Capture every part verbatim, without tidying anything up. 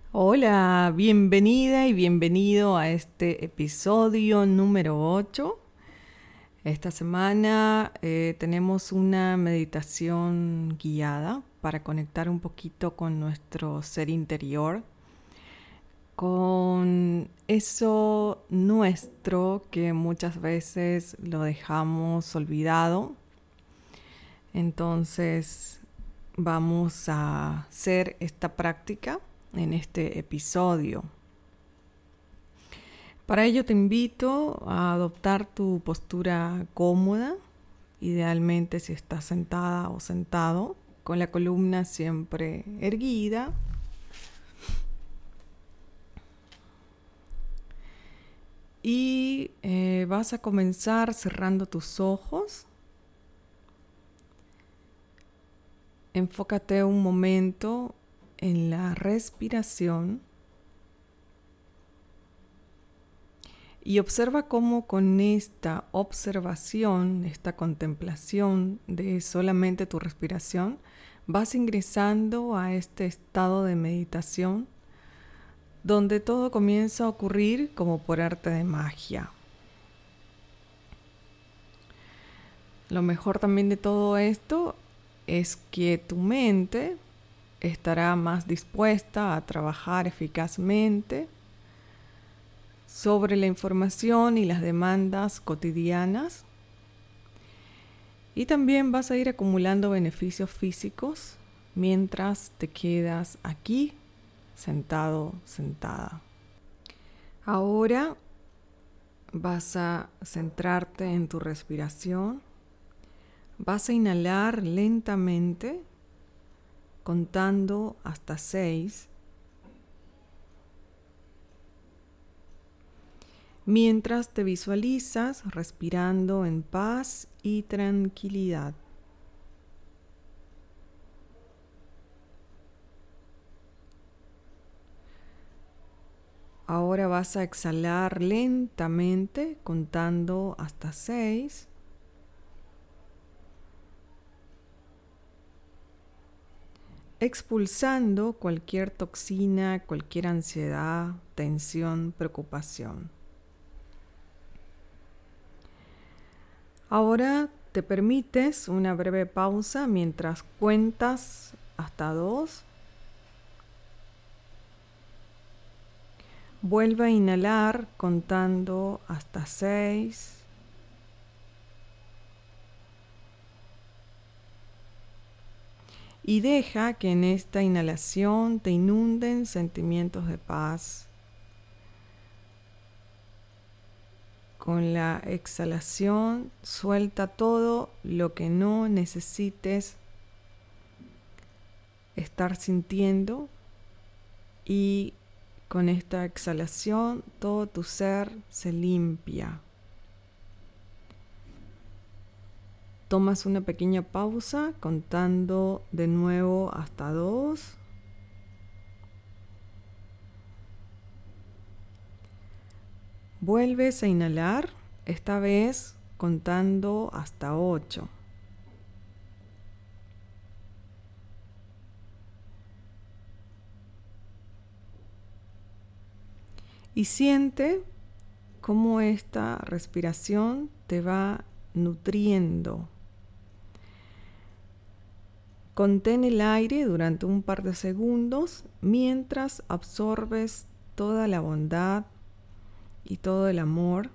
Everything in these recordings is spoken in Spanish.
Hola, bienvenida y bienvenido a este episodio número ocho. Esta semana eh, tenemos una meditación guiada para conectar un poquito con nuestro ser interior, con eso nuestro que muchas veces lo dejamos olvidado. Entonces vamos a hacer esta práctica en este episodio. Para ello te invito a adoptar tu postura cómoda, idealmente si estás sentada o sentado, con la columna siempre erguida. Y eh, vas a comenzar cerrando tus ojos. Enfócate un momento en la respiración. Y observa cómo con esta observación, esta contemplación de solamente tu respiración, vas ingresando a este estado de meditación donde todo comienza a ocurrir como por arte de magia. Lo mejor también de todo esto es que tu mente estará más dispuesta a trabajar eficazmente sobre la información y las demandas cotidianas. Y también vas a ir acumulando beneficios físicos mientras te quedas aquí, sentado, sentada. Ahora vas a centrarte en tu respiración. Vas a inhalar lentamente, contando hasta seis. Mientras te visualizas respirando en paz y tranquilidad. Ahora vas a exhalar lentamente contando hasta seis. Expulsando cualquier toxina, cualquier ansiedad, tensión, preocupación. Ahora te permites una breve pausa mientras cuentas hasta dos. Vuelve a inhalar contando hasta seis. Y deja que en esta inhalación te inunden sentimientos de paz. Con la exhalación suelta todo lo que no necesites estar sintiendo y con esta exhalación todo tu ser se limpia. Tomas una pequeña pausa contando de nuevo hasta dos. Vuelves a inhalar, esta vez contando hasta ocho. Y siente cómo esta respiración te va nutriendo. Contén el aire durante un par de segundos mientras absorbes toda la bondad y todo el amor.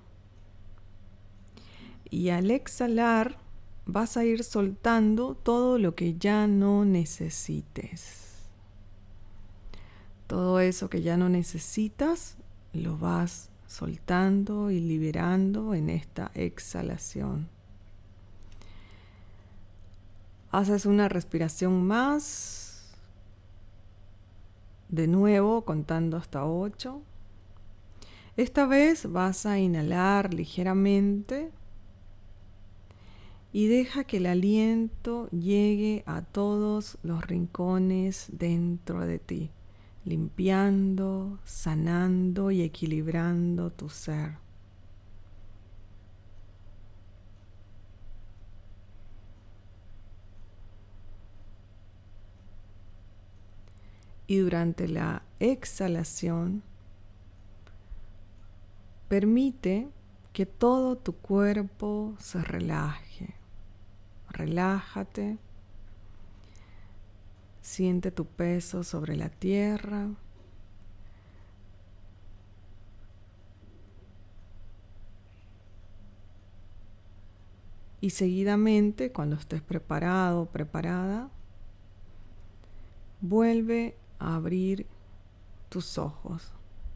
Y al exhalar vas a ir soltando todo lo que ya no necesites. Todo eso que ya no necesitas lo vas soltando y liberando en esta exhalación. Haces una respiración más. De nuevo, contando hasta ocho. Esta vez vas a inhalar ligeramente y deja que el aliento llegue a todos los rincones dentro de ti, limpiando, sanando y equilibrando tu ser. Y durante la exhalación, permite que todo tu cuerpo se relaje. Relájate. Siente tu peso sobre la tierra. Y seguidamente, cuando estés preparado o preparada, vuelve a abrir tus ojos.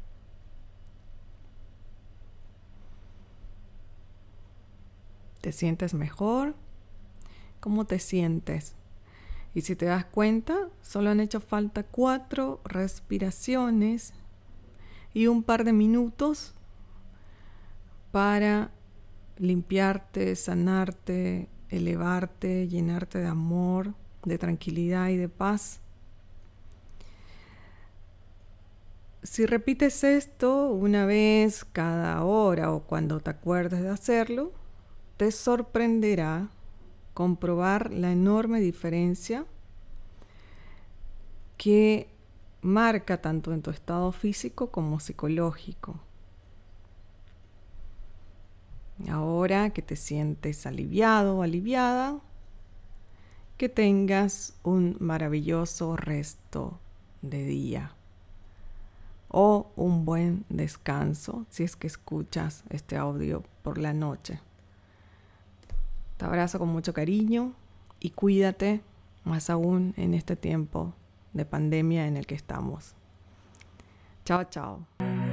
¿Te sientes mejor? ¿Cómo te sientes? Y si te das cuenta, solo han hecho falta cuatro respiraciones y un par de minutos para limpiarte, sanarte, elevarte, llenarte de amor, de tranquilidad y de paz. Si repites esto una vez cada hora o cuando te acuerdes de hacerlo, te sorprenderá comprobar la enorme diferencia que marca tanto en tu estado físico como psicológico. Ahora que te sientes aliviado o aliviada, que tengas un maravilloso resto de día o un buen descanso si es que escuchas este audio por la noche. Te abrazo con mucho cariño y cuídate, más aún en este tiempo de pandemia en el que estamos. Chao, chao.